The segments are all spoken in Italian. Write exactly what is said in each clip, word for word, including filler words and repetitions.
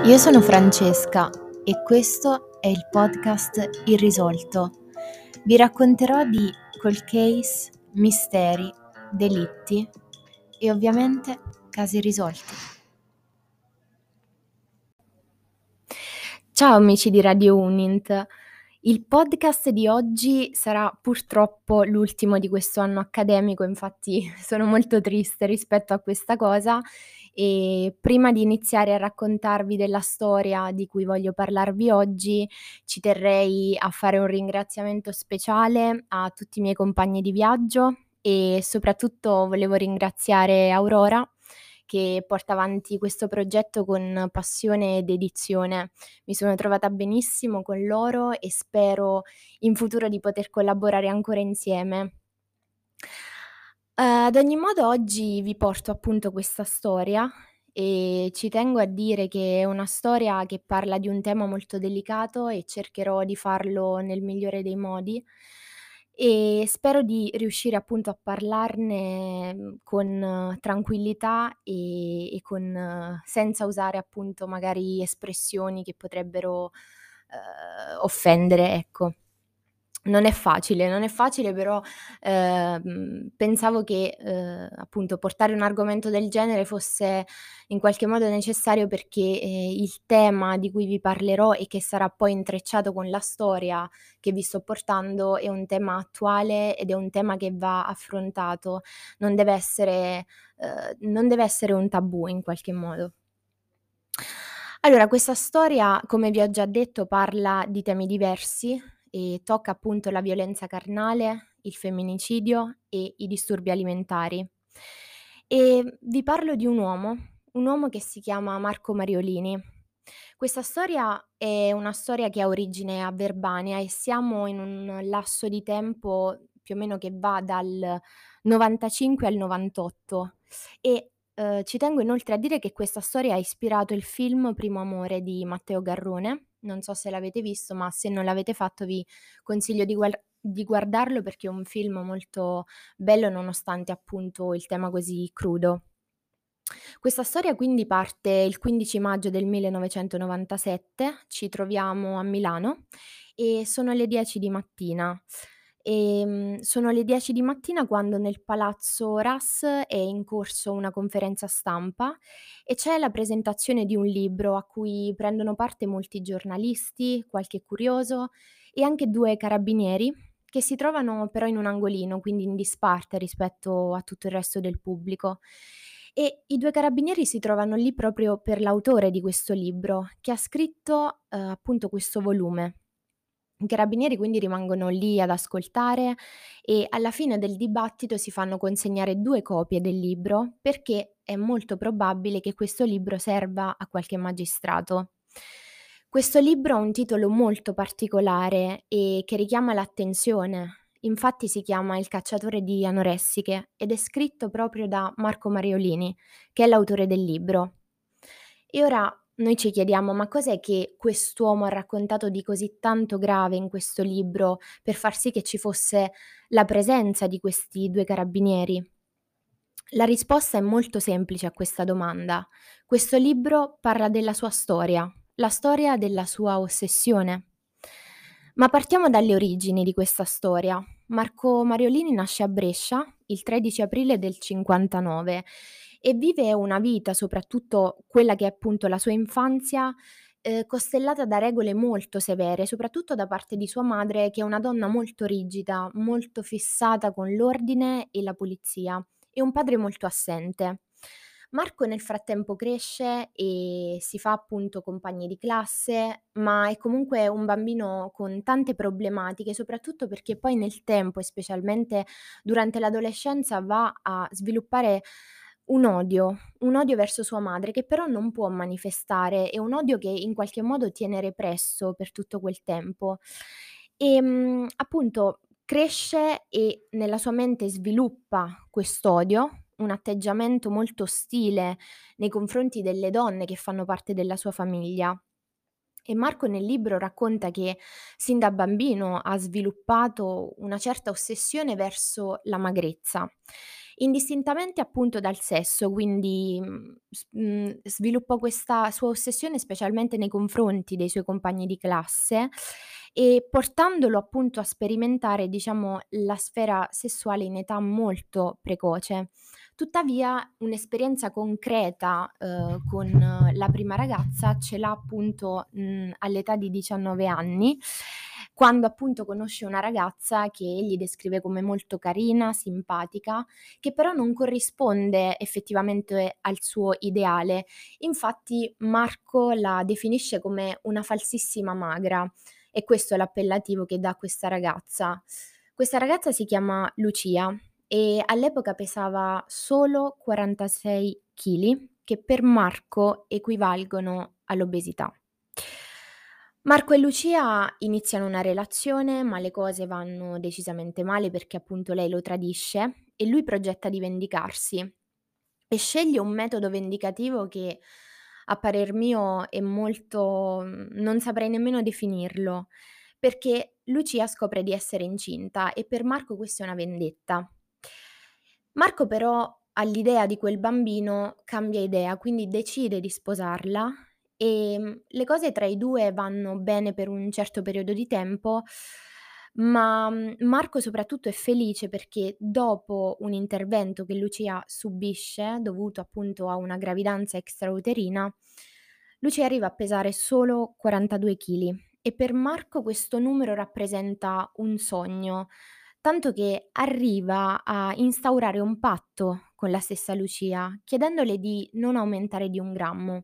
Io sono Francesca e questo è il podcast Irrisolto. Vi racconterò di cold case, misteri, delitti e ovviamente casi risolti. Ciao amici di Radio Unint. Il podcast di oggi sarà purtroppo l'ultimo di questo anno accademico, infatti sono molto triste rispetto a questa cosa e prima di iniziare a raccontarvi della storia di cui voglio parlarvi oggi, ci terrei a fare un ringraziamento speciale a tutti i miei compagni di viaggio e soprattutto volevo ringraziare Aurora che porta avanti questo progetto con passione e dedizione. Mi sono trovata benissimo con loro e spero in futuro di poter collaborare ancora insieme. Uhm, ad ogni modo oggi vi porto appunto questa storia e ci tengo a dire che è una storia che parla di un tema molto delicato e cercherò di farlo nel migliore dei modi e spero di riuscire appunto a parlarne, mhmm, con tranquillità e e con senza usare appunto magari espressioni che potrebbero, uhm, offendere, ecco. Non è facile, non è facile però, ehm, pensavo che, uhm, appunto portare un argomento del genere fosse in qualche modo necessario perché, ehm, il tema di cui vi parlerò e che sarà poi intrecciato con la storia che vi sto portando è un tema attuale ed è un tema che va affrontato. Non deve essere uhm, non deve essere un tabù in qualche modo. Allora, questa storia, come vi ho già detto, parla di temi diversi e tocca appunto la violenza carnale, il femminicidio e i disturbi alimentari. E vi parlo di un uomo, un uomo che si chiama Marco Mariolini. Questa storia è una storia che ha origine a Verbania e siamo in un lasso di tempo più o meno che va dal novantacinque al novantotto e, uhm, ci tengo inoltre a dire che questa storia ha ispirato il film Primo amore di Matteo Garrone. Non so se l'avete visto, ma se non l'avete fatto vi consiglio di gual di guardarlo perché è un film molto bello nonostante appunto il tema così crudo. Questa storia quindi parte il quindici maggio del millenovecentonovantasette, ci troviamo a Milano e sono le dieci di mattina. Ehm, sono le dieci di mattina quando nel palazzo Ras è in corso una conferenza stampa e c'è la presentazione di un libro a cui prendono parte molti giornalisti, qualche curioso e anche due carabinieri che si trovano però in un angolino, quindi in disparte rispetto a tutto il resto del pubblico. E i due carabinieri si trovano lì proprio per l'autore di questo libro, che ha scritto, uhm, appunto questo volume. I carabinieri quindi rimangono lì ad ascoltare e alla fine del dibattito si fanno consegnare due copie del libro, perché è molto probabile che questo libro serva a qualche magistrato. Questo libro ha un titolo molto particolare e che richiama l'attenzione. Infatti si chiama Il cacciatore di anoressiche ed è scritto proprio da Marco Mariolini, che è l'autore del libro. E ora noi ci chiediamo: ma cos'è che quest'uomo ha raccontato di così tanto grave in questo libro per far sì che ci fosse la presenza di questi due carabinieri? La risposta è molto semplice a questa domanda. Questo libro parla della sua storia, la storia della sua ossessione. Ma partiamo dalle origini di questa storia. Marco Mariolini nasce a Brescia il tredici aprile del cinquantanove e vive una vita, soprattutto quella che è appunto la sua infanzia, ehm, costellata da regole molto severe, soprattutto da parte di sua madre che è una donna molto rigida, molto fissata con l'ordine e la pulizia e un padre molto assente. Marco nel frattempo cresce e si fa appunto compagni di classe, ma è comunque un bambino con tante problematiche, soprattutto perché poi nel tempo e specialmente durante l'adolescenza va a sviluppare un odio, un odio verso sua madre che però non può manifestare, è un odio che in qualche modo tiene represso per tutto quel tempo. Ehm, appunto cresce e nella sua mente sviluppa quest'odio, un atteggiamento molto ostile nei confronti delle donne che fanno parte della sua famiglia. E Marco nel libro racconta che sin da bambino ha sviluppato una certa ossessione verso la magrezza Indistintamente appunto dal sesso, quindi, mhmm, s mhmm, sviluppò questa sua ossessione specialmente nei confronti dei suoi compagni di classe e portandolo appunto a sperimentare, diciamo, la sfera sessuale in età molto precoce. Tuttavia un'esperienza concreta, uhm, con la prima ragazza ce l'ha appunto, mhmm, all'età di diciannove anni, quando appunto conosce una ragazza che egli descrive come molto carina, simpatica, che però non corrisponde effettivamente al suo ideale. Infatti Marco la definisce come una falsissima magra e questo è l'appellativo che dà a questa ragazza. Questa ragazza si chiama Lucia e all'epoca pesava solo quarantasei chili, che per Marco equivalgono all'obesità. Marco e Lucia iniziano una relazione, ma le cose vanno decisamente male perché appunto lei lo tradisce e lui progetta di vendicarsi e sceglie un metodo vendicativo che a parer mio è molto mhmm, non saprei nemmeno definirlo, perché Lucia scopre di essere incinta e per Marco questa è una vendetta. Marco però all'idea di quel bambino cambia idea, quindi decide di sposarla, ehm, le cose tra i due vanno bene per un certo periodo di tempo, ma, mhmm, Marco soprattutto è felice perché dopo un intervento che Lucia subisce, dovuto appunto a una gravidanza extrauterina, Lucia arriva a pesare solo quarantadue chili e per Marco questo numero rappresenta un sogno, tanto che arriva a instaurare un patto con la stessa Lucia, chiedendole di non aumentare di un grammo.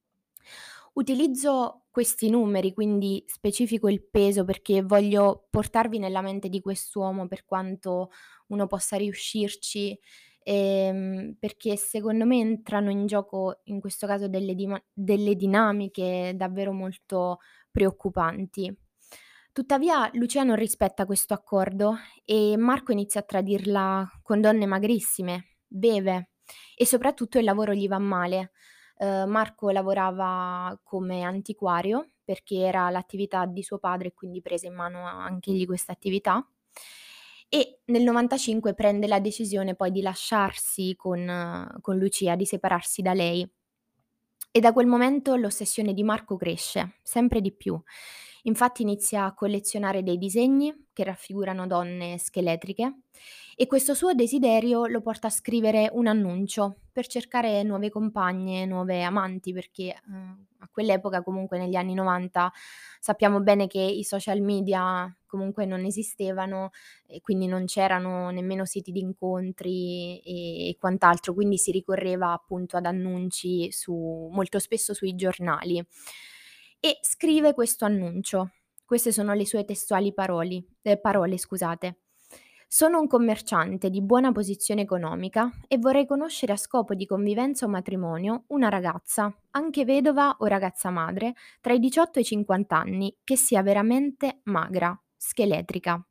Utilizzo questi numeri, quindi specifico il peso perché voglio portarvi nella mente di quest'uomo per quanto uno possa riuscirci, ehm, perché secondo me entrano in gioco in questo caso delle dima delle dinamiche davvero molto preoccupanti. Tuttavia Lucia non rispetta questo accordo e Marco inizia a tradirla con donne magrissime, beve e soprattutto il lavoro gli va male. Uhm, Marco lavorava come antiquario perché era l'attività di suo padre e quindi prese in mano anch'egli questa attività e nel novantacinque prende la decisione poi di lasciarsi con eh, con Lucia, di separarsi da lei. E da quel momento l'ossessione di Marco cresce, sempre di più. Infatti inizia a collezionare dei disegni che raffigurano donne scheletriche e questo suo desiderio lo porta a scrivere un annuncio per cercare nuove compagne, nuove amanti, perché, uhm, a quell'epoca, comunque negli anni 'novanta, sappiamo bene che i social media comunque non esistevano e quindi non c'erano nemmeno siti di incontri e e quant'altro, quindi si ricorreva appunto ad annunci su molto spesso sui giornali. E scrive questo annuncio. Queste sono le sue testuali paroli ehm, parole, scusate. "Sono un commerciante di buona posizione economica e vorrei conoscere a scopo di convivenza o matrimonio una ragazza, anche vedova o ragazza madre, tra i diciotto e i cinquanta anni, che sia veramente magra, scheletrica."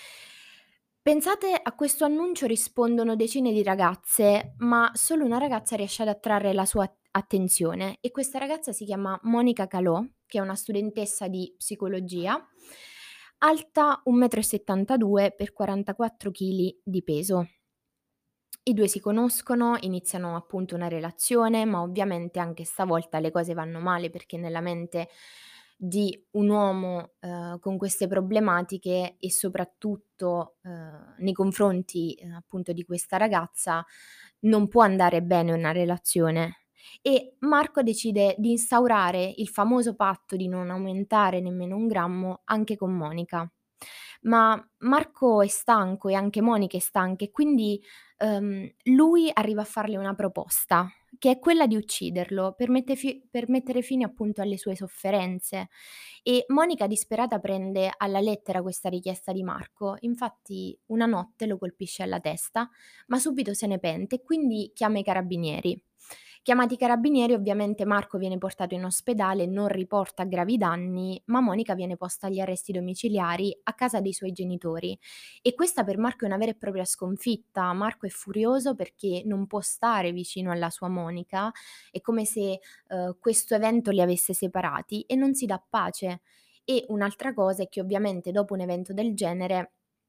Pensate a questo annuncio rispondono decine di ragazze, ma solo una ragazza riesce ad attrarre la sua attenzione e questa ragazza si chiama Monica Calò, che è una studentessa di psicologia, alta un metro e settantadue m per quarantaquattro chili di peso. I due si conoscono, iniziano appunto una relazione, ma ovviamente anche stavolta le cose vanno male perché nella mente di un uomo, ehm, con queste problematiche e soprattutto, ehm, nei confronti, ehm, appunto di questa ragazza, non può andare bene una relazione. E Marco decide di instaurare il famoso patto di non aumentare nemmeno un grammo anche con Monica. Ma Marco è stanco e anche Monica è stanca e quindi Uhm, lui arriva a farle una proposta, che è quella di ucciderlo per mette fi per mettere fine appunto alle sue sofferenze. E Monica disperata prende alla lettera questa richiesta di Marco. Infatti una notte lo colpisce alla testa, ma subito se ne pente e quindi chiama i carabinieri. Chiamati i carabinieri, ovviamente Marco viene portato in ospedale, non riporta gravi danni, ma Monica viene posta agli arresti domiciliari a casa dei suoi genitori. E questa per Marco è una vera e propria sconfitta. Marco è furioso perché non può stare vicino alla sua Monica, è come se, uhm, questo evento li avesse separati e non si dà pace. E un'altra cosa è che ovviamente dopo un evento del genere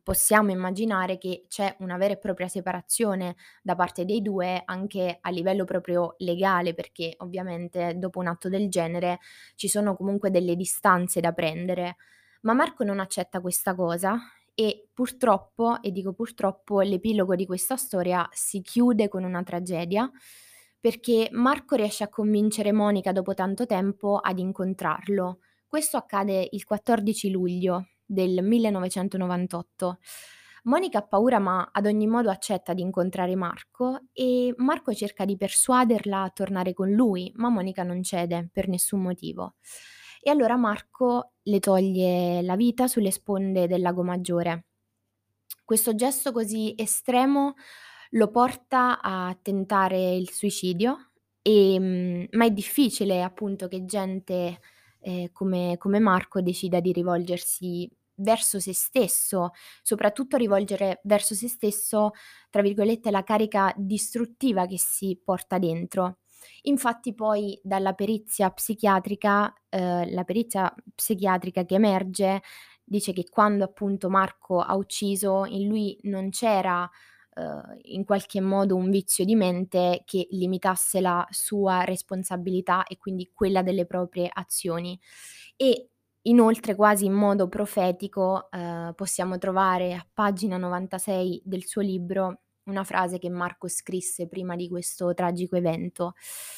possiamo immaginare che c'è una vera e propria separazione da parte dei due anche a livello proprio legale, perché ovviamente dopo un atto del genere ci sono comunque delle distanze da prendere. Ma Marco non accetta questa cosa e purtroppo, e dico purtroppo, l'epilogo di questa storia si chiude con una tragedia, perché Marco riesce a convincere Monica dopo tanto tempo ad incontrarlo. Questo accade il quattordici luglio del millenovecentonovantotto. Monica ha paura, ma ad ogni modo accetta di incontrare Marco e Marco cerca di persuaderla a tornare con lui, ma Monica non cede per nessun motivo. E allora Marco le toglie la vita sulle sponde del Lago Maggiore. Questo gesto così estremo lo porta a tentare il suicidio, ehm, ma è difficile appunto che gente, ehm, come come Marco decida di rivolgersi verso se stesso, soprattutto rivolgere verso se stesso, tra virgolette, "la carica distruttiva" che si porta dentro. Infatti poi dalla perizia psichiatrica ehm, la perizia psichiatrica che emerge dice che quando appunto Marco ha ucciso in lui non c'era, uhm, in qualche modo un vizio di mente che limitasse la sua responsabilità e quindi quella delle proprie azioni. E inoltre quasi in modo profetico, uhm, possiamo trovare a pagina novantasei del suo libro una frase che Marco scrisse prima di questo tragico evento.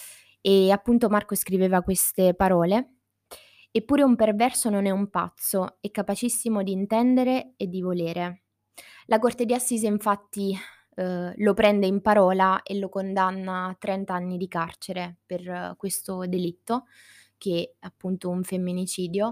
E appunto Marco scriveva queste parole: "Eppure un perverso non è un pazzo, è capacissimo di intendere e di volere". La corte di assise infatti, uhm, lo prende in parola e lo condanna a trenta anni di carcere per eh, questo delitto, che è appunto un femminicidio.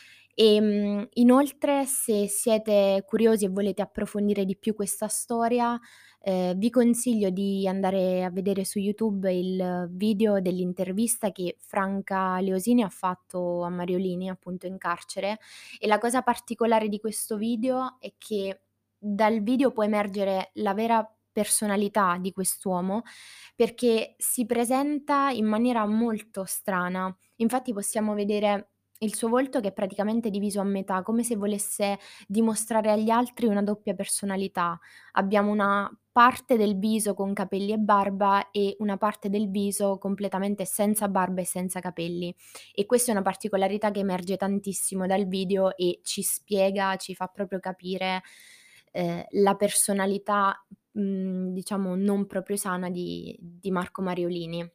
Ehm, inoltre se siete curiosi e volete approfondire di più questa storia, ehm, vi consiglio di andare a vedere su YouTube il video dell'intervista che Franca Leosini ha fatto a Mariolini, appunto in carcere, e la cosa particolare di questo video è che dal video può emergere la vera personalità di quest'uomo, perché si presenta in maniera molto strana. Infatti possiamo vedere il suo volto che è praticamente diviso a metà, come se volesse dimostrare agli altri una doppia personalità. Abbiamo una parte del viso con capelli e barba e una parte del viso completamente senza barba e senza capelli. E questa è una particolarità che emerge tantissimo dal video e ci spiega, ci fa proprio capire, ehm, la personalità, mhmm, diciamo non proprio sana di di Marco Mariolini.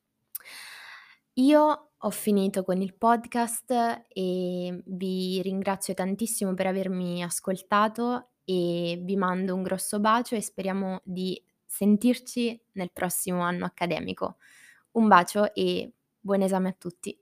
Io ho finito con il podcast e vi ringrazio tantissimo per avermi ascoltato e vi mando un grosso bacio e speriamo di sentirci nel prossimo anno accademico. Un bacio e buon esame a tutti.